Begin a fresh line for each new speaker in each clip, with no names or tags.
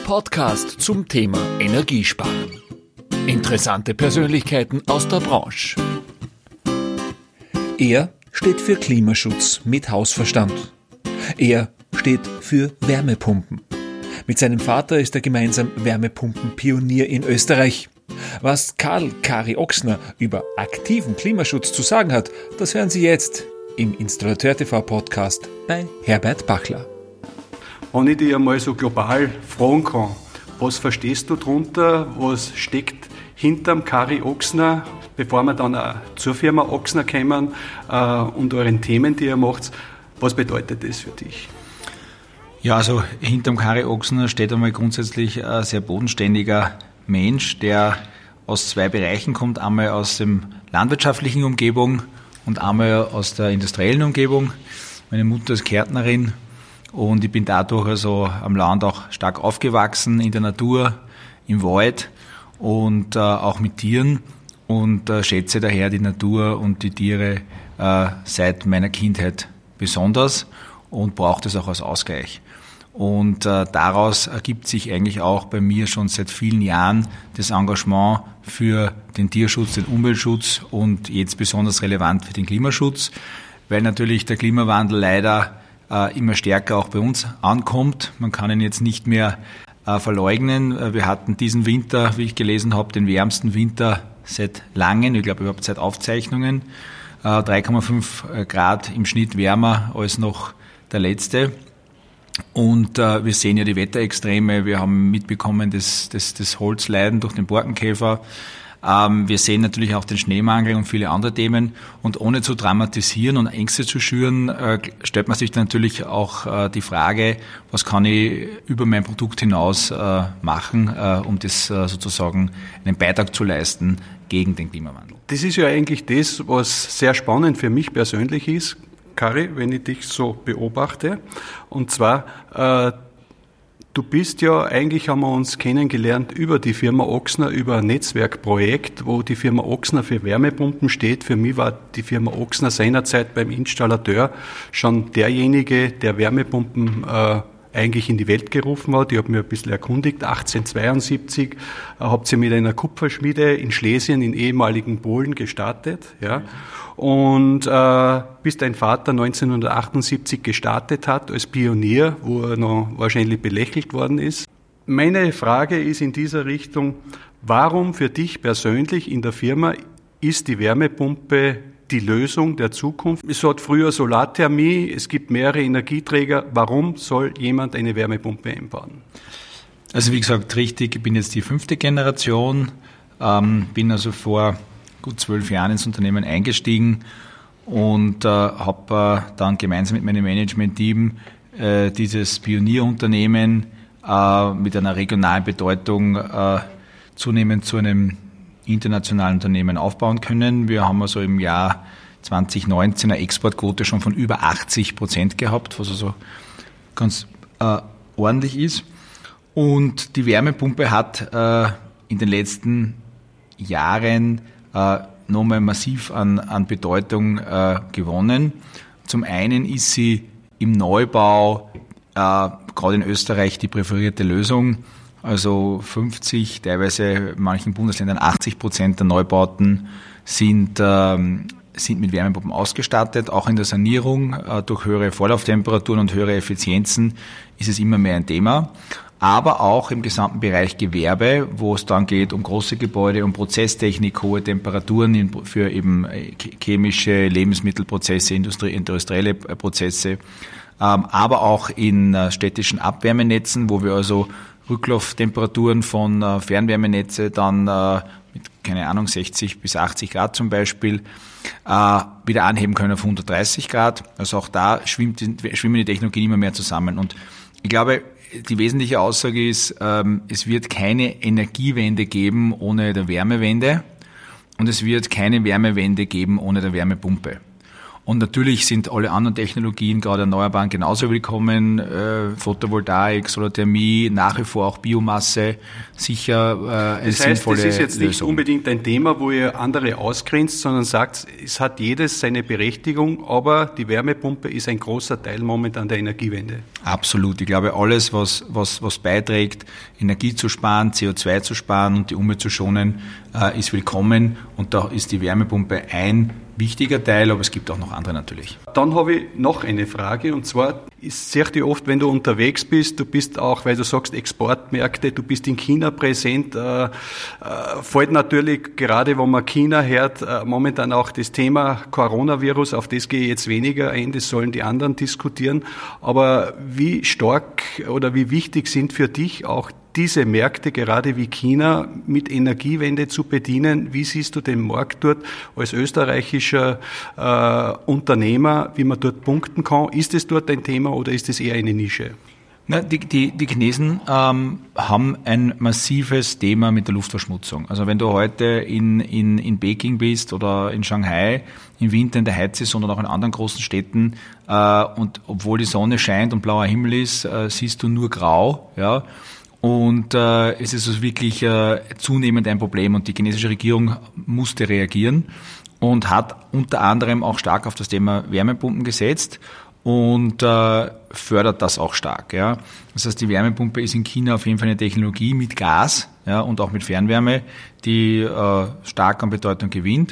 Podcast zum Thema Energiesparen. Interessante Persönlichkeiten aus der Branche. Er steht für Klimaschutz mit Hausverstand. Er steht für Wärmepumpen. Mit seinem Vater ist er gemeinsam Wärmepumpenpionier in Österreich. Was Karl Kari Ochsner über aktiven Klimaschutz zu sagen hat, das hören Sie jetzt im Installateur TV Podcast bei Herbert Bachler.
Wenn ich dich einmal so global fragen kann, was verstehst du darunter, was steckt hinterm Kari Ochsner, bevor wir dann auch zur Firma Ochsner kommen und euren Themen, die ihr macht, was bedeutet das für dich?
Ja, also hinterm Kari Ochsner steht einmal grundsätzlich ein sehr bodenständiger Mensch, der aus zwei Bereichen kommt, einmal aus der landwirtschaftlichen Umgebung und einmal aus der industriellen Umgebung. Meine Mutter ist Gärtnerin und ich bin dadurch also am Land auch stark aufgewachsen, in der Natur, im Wald und auch mit Tieren und schätze daher die Natur und die Tiere seit meiner Kindheit besonders und brauche das auch als Ausgleich. Und daraus ergibt sich eigentlich auch bei mir schon seit vielen Jahren das Engagement für den Tierschutz, den Umweltschutz und jetzt besonders relevant für den Klimaschutz, weil natürlich der Klimawandel leider immer stärker auch bei uns ankommt. Man kann ihn jetzt nicht mehr verleugnen. Wir hatten diesen Winter, wie ich gelesen habe, den wärmsten Winter seit langem, ich glaube überhaupt seit Aufzeichnungen. 3,5 Grad im Schnitt wärmer als noch der letzte. Und wir sehen ja die Wetterextreme, wir haben mitbekommen das Holzleiden durch den Borkenkäfer. Wir sehen natürlich auch den Schneemangel und viele andere Themen. Und ohne zu dramatisieren und Ängste zu schüren, stellt man sich dann natürlich auch die Frage, was kann ich über mein Produkt hinaus machen, um das sozusagen einen Beitrag zu leisten gegen den Klimawandel. Das ist ja eigentlich das, was sehr spannend für mich persönlich ist, Kari, wenn ich dich so beobachte. Und zwar, du bist ja, eigentlich haben wir uns kennengelernt über die Firma Ochsner, über ein Netzwerkprojekt, wo die Firma Ochsner für Wärmepumpen steht. Für mich war die Firma Ochsner seinerzeit beim Installateur schon derjenige, der Wärmepumpen eigentlich in die Welt gerufen hat. Ich habe mich ein bisschen erkundigt. 1872 habt ihr mit einer Kupferschmiede in Schlesien, in ehemaligen Polen, gestartet. Ja. Und bis dein Vater 1978 gestartet hat als Pionier, wo er noch wahrscheinlich belächelt worden ist. Meine Frage ist in dieser Richtung, warum für dich persönlich in der Firma ist die Wärmepumpe die Lösung der Zukunft? Es hat früher Solarthermie, es gibt mehrere Energieträger. Warum soll jemand eine Wärmepumpe einbauen? Also wie gesagt, richtig, ich bin jetzt die 5. Generation, bin also vor gut 12 Jahren ins Unternehmen eingestiegen und habe dann gemeinsam mit meinem Management-Team dieses Pionierunternehmen mit einer regionalen Bedeutung zunehmend zu einem internationalen Unternehmen aufbauen können. Wir haben also im Jahr 2019 eine Exportquote schon von über 80% gehabt, was also ganz ordentlich ist. Und die Wärmepumpe hat in den letzten Jahren nochmal massiv an Bedeutung gewonnen. Zum einen ist sie im Neubau, gerade in Österreich, die präferierte Lösung. Also 50, teilweise in manchen Bundesländern 80% der Neubauten sind mit Wärmepumpen ausgestattet. Auch in der Sanierung durch höhere Vorlauftemperaturen und höhere Effizienzen ist es immer mehr ein Thema. Aber auch im gesamten Bereich Gewerbe, wo es dann geht um große Gebäude, um Prozesstechnik, hohe Temperaturen für eben chemische Lebensmittelprozesse, industrielle Prozesse, aber auch in städtischen Abwärmenetzen, wo wir also Rücklauftemperaturen von Fernwärmenetze dann mit, 60 bis 80 Grad zum Beispiel, wieder anheben können auf 130 Grad. Also auch da schwimmen die Technologien immer mehr zusammen. Und ich glaube, die wesentliche Aussage ist, es wird keine Energiewende geben ohne der Wärmewende und es wird keine Wärmewende geben ohne der Wärmepumpe. Und natürlich sind alle anderen Technologien, gerade Erneuerbaren, genauso willkommen. Photovoltaik, Solarthermie, nach wie vor auch Biomasse, sicher eine sinnvolle Lösung. Das ist jetzt nicht
unbedingt ein Thema, wo ihr andere ausgrenzt, sondern sagt, es hat jedes seine Berechtigung, aber die Wärmepumpe ist ein großer Teil momentan der Energiewende.
Absolut. Ich glaube, alles, was beiträgt, Energie zu sparen, CO2 zu sparen und die Umwelt zu schonen, ist willkommen. Und da ist die Wärmepumpe ein wichtiger Teil, aber es gibt auch noch andere natürlich.
Dann habe ich noch eine Frage, und zwar, ich sehe dir oft, wenn du unterwegs bist, du bist auch, weil du sagst Exportmärkte, du bist in China präsent, fällt natürlich, gerade wenn man China hört, momentan auch das Thema Coronavirus, auf das gehe ich jetzt weniger ein, das sollen die anderen diskutieren, aber wie stark oder wie wichtig sind für dich auch diese Märkte, gerade wie China, mit Energiewende zu bedienen? Wie siehst du den Markt dort als österreichischer Unternehmer, wie man dort punkten kann? Ist es dort ein Thema oder ist es eher eine Nische?
Na, die Chinesen haben ein massives Thema mit der Luftverschmutzung. Also wenn du heute in Peking bist oder in Shanghai, im Winter in der Heizsaison oder auch in anderen großen Städten, und obwohl die Sonne scheint und blauer Himmel ist, siehst du nur grau, ja. Und es ist also wirklich zunehmend ein Problem, und die chinesische Regierung musste reagieren und hat unter anderem auch stark auf das Thema Wärmepumpen gesetzt und fördert das auch stark. Ja. Das heißt, die Wärmepumpe ist in China auf jeden Fall eine Technologie mit Gas, ja, und auch mit Fernwärme, die stark an Bedeutung gewinnt.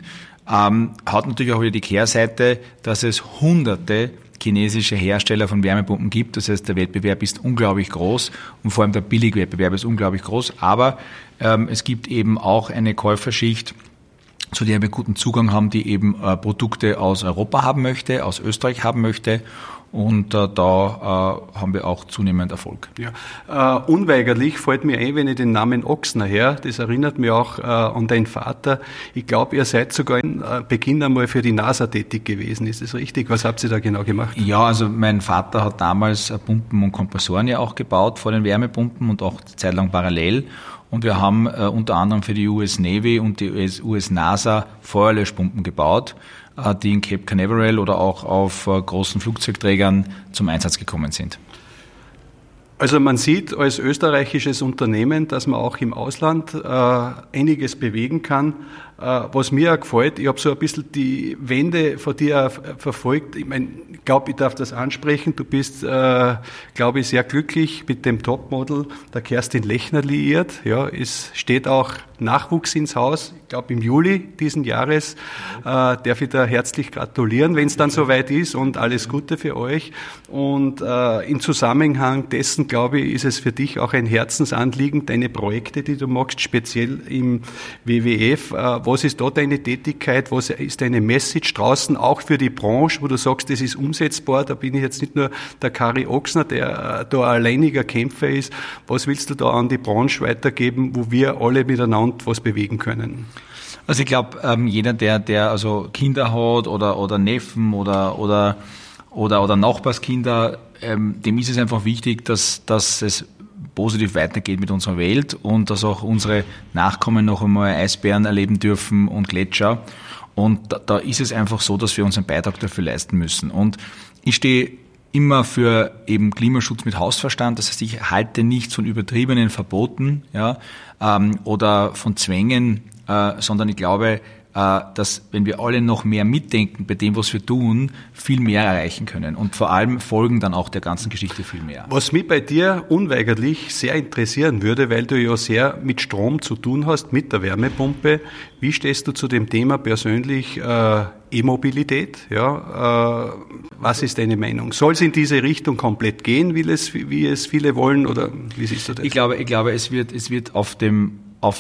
Hat natürlich auch wieder die Kehrseite, dass es hunderte chinesische Hersteller von Wärmepumpen gibt. Das heißt, der Wettbewerb ist unglaublich groß und vor allem der Billigwettbewerb ist unglaublich groß. Aber es gibt eben auch eine Käuferschicht, zu der wir guten Zugang haben, die eben Produkte aus Europa haben möchte, aus Österreich haben möchte. Und da haben wir auch zunehmend Erfolg.
Ja. Unweigerlich fällt mir ein, wenn ich den Namen Ochsner her, das erinnert mich auch an deinen Vater. Ich glaube, ihr seid sogar in Beginn einmal für die NASA tätig gewesen. Ist das richtig? Was habt ihr da genau gemacht?
Ja, also mein Vater hat damals Pumpen und Kompressoren ja auch gebaut vor den Wärmepumpen und auch eine Zeit lang parallel. Und wir haben unter anderem für die US Navy und die US NASA Feuerlöschpumpen gebaut, die in Cape Canaveral oder auch auf großen Flugzeugträgern zum Einsatz gekommen sind.
Also man sieht als österreichisches Unternehmen, dass man auch im Ausland einiges bewegen kann. Was mir auch gefällt, ich habe so ein bisschen die Wende von dir verfolgt. Ich meine, ich glaube, ich darf das ansprechen. Du bist, glaube ich, sehr glücklich mit dem Topmodel der Kerstin Lechner liiert. Ja, es steht auch Nachwuchs ins Haus. Ich glaube, im Juli diesen Jahres darf ich da herzlich gratulieren, wenn es dann soweit ist, und alles Gute für euch. Und im Zusammenhang dessen, glaube ich, ist es für dich auch ein Herzensanliegen, deine Projekte, die du machst, speziell im WWF. Was ist da deine Tätigkeit? Was ist deine Message draußen, auch für die Branche, wo du sagst, das ist umsetzbar? Da bin ich jetzt nicht nur der Kari Ochsner, der da ein alleiniger Kämpfer ist. Was willst du da an die Branche weitergeben, wo wir alle miteinander was bewegen können?
Also ich glaube, jeder, der also Kinder hat oder Neffen oder Nachbarskinder, dem ist es einfach wichtig, dass es positiv weitergeht mit unserer Welt und dass auch unsere Nachkommen noch einmal Eisbären erleben dürfen und Gletscher. Und da ist es einfach so, dass wir unseren Beitrag dafür leisten müssen. Und ich stehe immer für eben Klimaschutz mit Hausverstand. Das heißt, ich halte nichts von übertriebenen Verboten, ja, oder von Zwängen, sondern ich glaube, dass, wenn wir alle noch mehr mitdenken bei dem, was wir tun, viel mehr erreichen können. Und vor allem folgen dann auch der ganzen Geschichte viel mehr.
Was mich bei dir unweigerlich sehr interessieren würde, weil du ja sehr mit Strom zu tun hast, mit der Wärmepumpe, wie stehst du zu dem Thema persönlich E-Mobilität? Ja, was ist deine Meinung? Soll es in diese Richtung komplett gehen, wie es viele wollen, oder wie siehst du das?
Ich glaube, es wird auf dem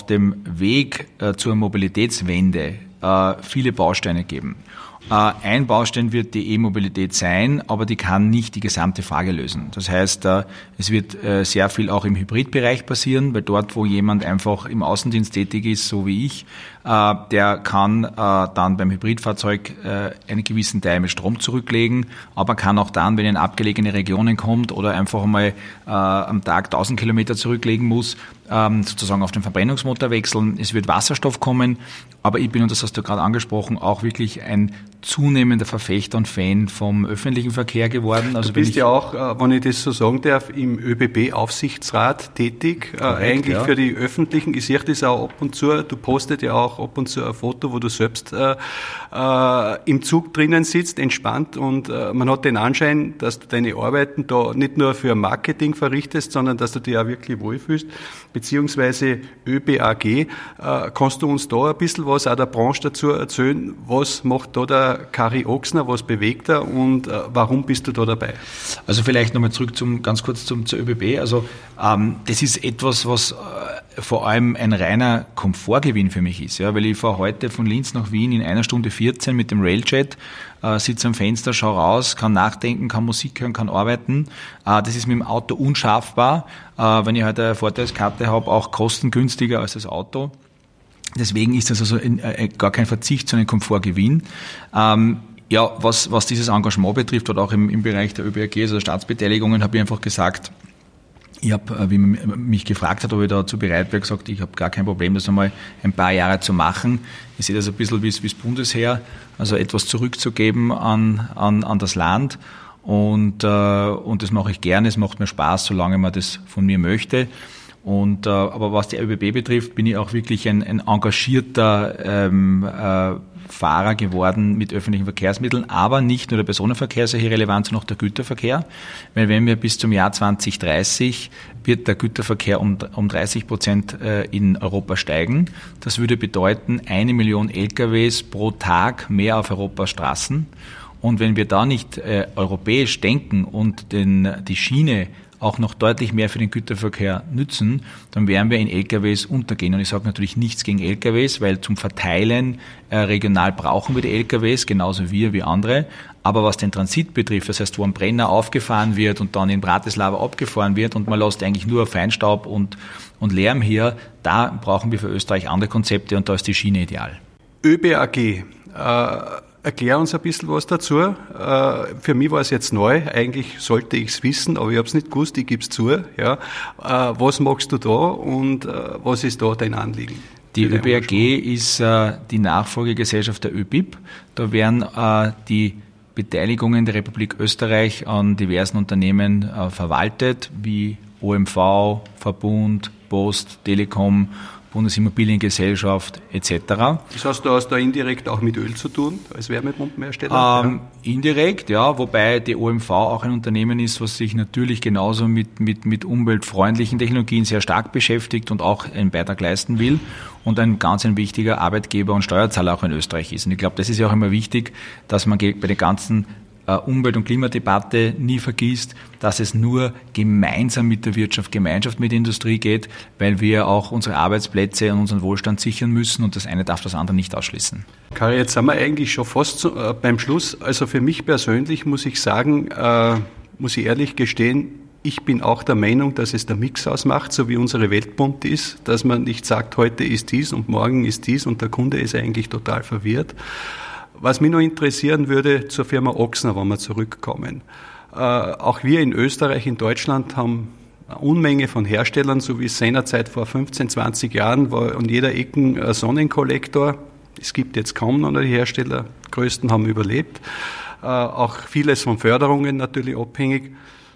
Weg zur Mobilitätswende viele Bausteine geben. Ein Baustein wird die E-Mobilität sein, aber die kann nicht die gesamte Frage lösen. Das heißt, es wird sehr viel auch im Hybridbereich passieren, weil dort, wo jemand einfach im Außendienst tätig ist, so wie ich, der kann dann beim Hybridfahrzeug einen gewissen Teil mit Strom zurücklegen, aber kann auch dann, wenn er in abgelegene Regionen kommt oder einfach einmal am Tag 1000 Kilometer zurücklegen muss, sozusagen auf den Verbrennungsmotor wechseln. Es wird Wasserstoff kommen, aber ich bin, und das hast du gerade angesprochen, auch wirklich ein zunehmender Verfechter und Fan vom öffentlichen Verkehr geworden. Also
du bist ja auch, wenn ich das so sagen darf, im ÖBB-Aufsichtsrat tätig, korrekt, eigentlich ja. Für die Öffentlichen. Ich sehe das auch ab und zu, du postet ja auch ab und zu ein Foto, wo du selbst im Zug drinnen sitzt, entspannt, und man hat den Anschein, dass du deine Arbeiten da nicht nur für Marketing verrichtest, sondern dass du dich auch wirklich wohlfühlst, beziehungsweise ÖBAG. Kannst du uns da ein bisschen was auch der Branche dazu erzählen? Was macht da der Kari Ochsner, was bewegt er und warum bist du da dabei?
Also vielleicht nochmal zurück ganz kurz zur ÖBB. Also das ist etwas, was vor allem ein reiner Komfortgewinn für mich ist, ja, weil ich fahre heute von Linz nach Wien in 1 Stunde 14 mit dem Railjet, sitze am Fenster, schaue raus, kann nachdenken, kann Musik hören, kann arbeiten. Das ist mit dem Auto unschaffbar. Wenn ich heute eine Vorteilskarte habe, auch kostengünstiger als das Auto. Deswegen ist das also gar kein Verzicht, sondern ein Komfortgewinn. Ja, was dieses Engagement betrifft, oder auch im Bereich der ÖBAG, also der Staatsbeteiligungen, habe ich einfach gesagt, ich habe, wie man mich gefragt hat, ob ich dazu bereit wäre, gesagt, ich habe gar kein Problem, das einmal ein paar Jahre zu machen. Ich sehe das ein bisschen wie das Bundesheer, also etwas zurückzugeben an das Land. Und das mache ich gerne, es macht mir Spaß, solange man das von mir möchte. Aber was die ÖBB betrifft, bin ich auch wirklich ein engagierter Fahrer geworden mit öffentlichen Verkehrsmitteln, aber nicht nur der Personenverkehr ist ja hier relevant, sondern auch der Güterverkehr. Weil wenn wir bis zum Jahr 2030 wird der Güterverkehr um 30% in Europa steigen. Das würde bedeuten, 1 Million LKWs pro Tag mehr auf Europas Straßen. Und wenn wir da nicht europäisch denken und die Schiene auch noch deutlich mehr für den Güterverkehr nützen, dann werden wir in LKWs untergehen. Und ich sage natürlich nichts gegen LKWs, weil zum Verteilen regional brauchen wir die LKWs, genauso wie andere. Aber was den Transit betrifft, das heißt, wo ein Brenner aufgefahren wird und dann in Bratislava abgefahren wird und man lässt eigentlich nur Feinstaub und Lärm hier, da brauchen wir für Österreich andere Konzepte und da ist die Schiene ideal.
ÖBAG, erklär uns ein bisschen was dazu. Für mich war es jetzt neu. Eigentlich sollte ich es wissen, aber ich habe es nicht gewusst. Ich gebe es zu. Ja. Was machst du da und was ist da dein Anliegen?
Die ÖBAG ist die Nachfolgegesellschaft der ÖBIB. Da werden die Beteiligungen der Republik Österreich an diversen Unternehmen verwaltet, wie OMV, Verbund, Post, Telekom, Bundesimmobiliengesellschaft etc.
Das heißt, du hast da indirekt auch mit Öl zu tun, als Wärmepumpenhersteller?
Indirekt, ja, wobei die OMV auch ein Unternehmen ist, was sich natürlich genauso mit umweltfreundlichen Technologien sehr stark beschäftigt und auch einen Beitrag leisten will und ein wichtiger Arbeitgeber und Steuerzahler auch in Österreich ist. Und ich glaube, das ist ja auch immer wichtig, dass man bei den ganzen Umwelt- und Klimadebatte nie vergisst, dass es nur gemeinsam mit der Wirtschaft, Gemeinschaft mit der Industrie geht, weil wir auch unsere Arbeitsplätze und unseren Wohlstand sichern müssen und das eine darf das andere nicht ausschließen.
Kari, jetzt sind wir eigentlich schon fast beim Schluss. Also für mich persönlich muss ich sagen, muss ich ehrlich gestehen, ich bin auch der Meinung, dass es der Mix ausmacht, so wie unsere Welt bunt ist, dass man nicht sagt, heute ist dies und morgen ist dies und der Kunde ist eigentlich total verwirrt. Was mich noch interessieren würde zur Firma Ochsner, wenn wir zurückkommen. Auch wir in Österreich, in Deutschland haben eine Unmenge von Herstellern, so wie es seinerzeit vor 15, 20 Jahren war an jeder Ecke ein Sonnenkollektor. Es gibt jetzt kaum noch die Hersteller, die größten haben überlebt. Auch vieles von Förderungen natürlich abhängig.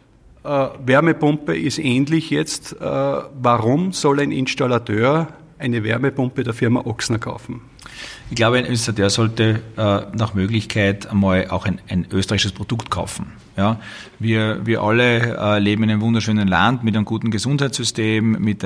Wärmepumpe ist ähnlich jetzt. Warum soll ein Installateur eine Wärmepumpe der Firma Ochsner kaufen?
Ich glaube, ein Installateur sollte nach Möglichkeit einmal auch ein österreichisches Produkt kaufen. Ja, wir alle leben in einem wunderschönen Land mit einem guten Gesundheitssystem, mit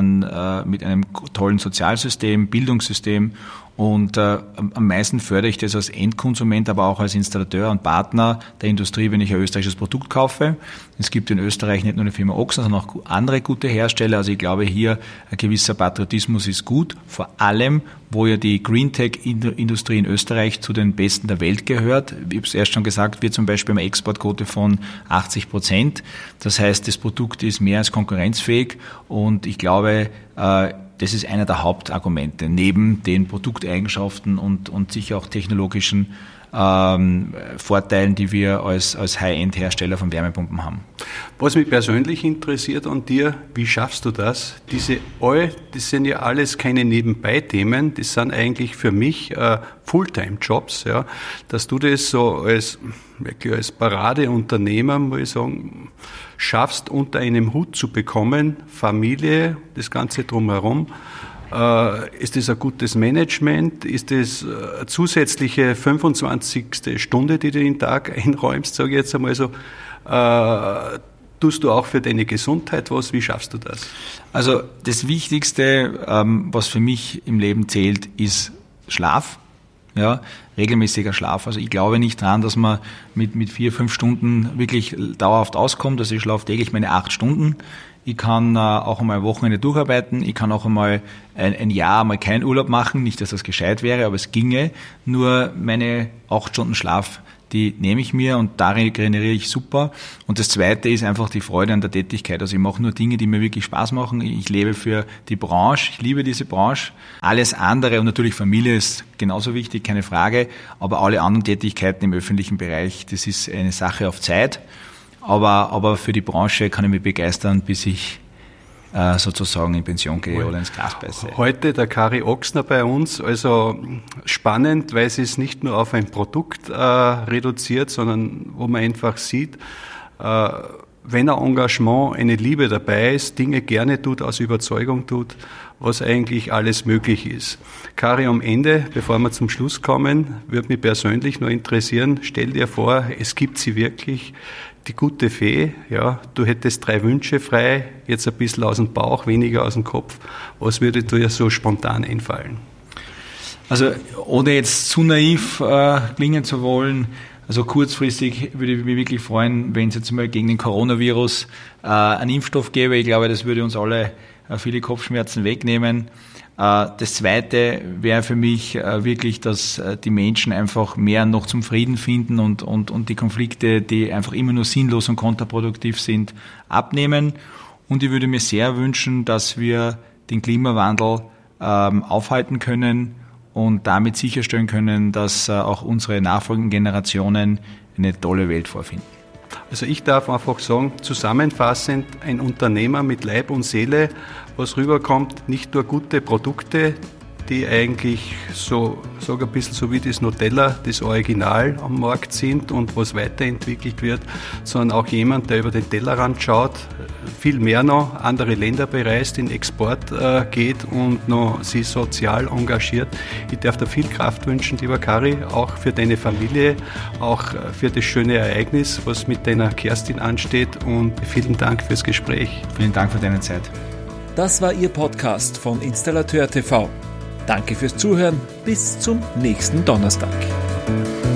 einem tollen Sozialsystem, Bildungssystem. Und am meisten fördere ich das als Endkonsument, aber auch als Installateur und Partner der Industrie, wenn ich ein österreichisches Produkt kaufe. Es gibt in Österreich nicht nur eine Firma Ochsner, sondern auch andere gute Hersteller. Also ich glaube, hier ein gewisser Patriotismus ist gut. Vor allem, wo ja die Greentech-Industrie in Österreich zu den besten der Welt gehört. Ich habe es erst schon gesagt, wir zum Beispiel eine Exportquote von 80%. Das heißt, das Produkt ist mehr als konkurrenzfähig und ich glaube, das ist einer der Hauptargumente, neben den Produkteigenschaften und sicher auch technologischen Vorteilen, die wir als High-End-Hersteller von Wärmepumpen haben.
Was mich persönlich interessiert an dir, wie schaffst du das? Das sind ja alles keine Nebenbei-Themen, das sind eigentlich für mich Fulltime-Jobs, ja, dass du das so wirklich als Paradeunternehmer, muss ich sagen, schaffst, unter einem Hut zu bekommen, Familie, das Ganze drumherum. Ist das ein gutes Management? Ist das eine zusätzliche 25. Stunde, die du den Tag einräumst, sage ich jetzt einmal so? Tust du auch für deine Gesundheit was? Wie schaffst du das?
Also das Wichtigste, was für mich im Leben zählt, ist Schlaf. Ja, regelmäßiger Schlaf. Also ich glaube nicht dran, dass man mit 4-5 Stunden wirklich dauerhaft auskommt. Also ich schlafe täglich meine 8 Stunden. Ich kann auch einmal ein Wochenende durcharbeiten. Ich kann auch einmal ein Jahr mal keinen Urlaub machen. Nicht, dass das gescheit wäre, aber es ginge. Nur meine 8 Stunden Schlaf, die nehme ich mir und da regeneriere ich super. Und das Zweite ist einfach die Freude an der Tätigkeit. Also ich mache nur Dinge, die mir wirklich Spaß machen. Ich lebe für die Branche. Ich liebe diese Branche. Alles andere und natürlich Familie ist genauso wichtig, keine Frage. Aber alle anderen Tätigkeiten im öffentlichen Bereich, das ist eine Sache auf Zeit. Aber für die Branche kann ich mich begeistern, bis ich sozusagen in Pension gehe oder ins Gras beiße.
Heute der Kari Ochsner bei uns, also spannend, weil sie es nicht nur auf ein Produkt reduziert, sondern wo man einfach sieht, wenn ein Engagement, eine Liebe dabei ist, Dinge gerne tut, aus Überzeugung tut, was eigentlich alles möglich ist. Kari, am Ende, bevor wir zum Schluss kommen, würde mich persönlich noch interessieren, stell dir vor, es gibt sie wirklich, die gute Fee, ja, du hättest 3 Wünsche frei, jetzt ein bisschen aus dem Bauch, weniger aus dem Kopf. Was würde dir so spontan einfallen?
Also ohne jetzt zu naiv klingen zu wollen, also kurzfristig würde ich mich wirklich freuen, wenn es jetzt mal gegen den Coronavirus einen Impfstoff gäbe. Ich glaube, das würde uns alle viele Kopfschmerzen wegnehmen. Das Zweite wäre für mich wirklich, dass die Menschen einfach mehr noch zum Frieden finden und die Konflikte, die einfach immer nur sinnlos und kontraproduktiv sind, abnehmen. Und ich würde mir sehr wünschen, dass wir den Klimawandel aufhalten können und damit sicherstellen können, dass auch unsere nachfolgenden Generationen eine tolle Welt vorfinden.
Also ich darf einfach sagen, zusammenfassend, ein Unternehmer mit Leib und Seele, was rüberkommt, nicht nur gute Produkte, die eigentlich so, sage ein bisschen so wie das Nutella, das Original am Markt sind und was weiterentwickelt wird, sondern auch jemand, der über den Tellerrand schaut, viel mehr noch, andere Länder bereist, in Export geht und noch sich sozial engagiert. Ich darf dir viel Kraft wünschen, lieber Kari, auch für deine Familie, auch für das schöne Ereignis, was mit deiner Kerstin ansteht, und vielen Dank fürs Gespräch.
Vielen Dank für deine Zeit.
Das war Ihr Podcast von Installateur TV. Danke fürs Zuhören. Bis zum nächsten Donnerstag.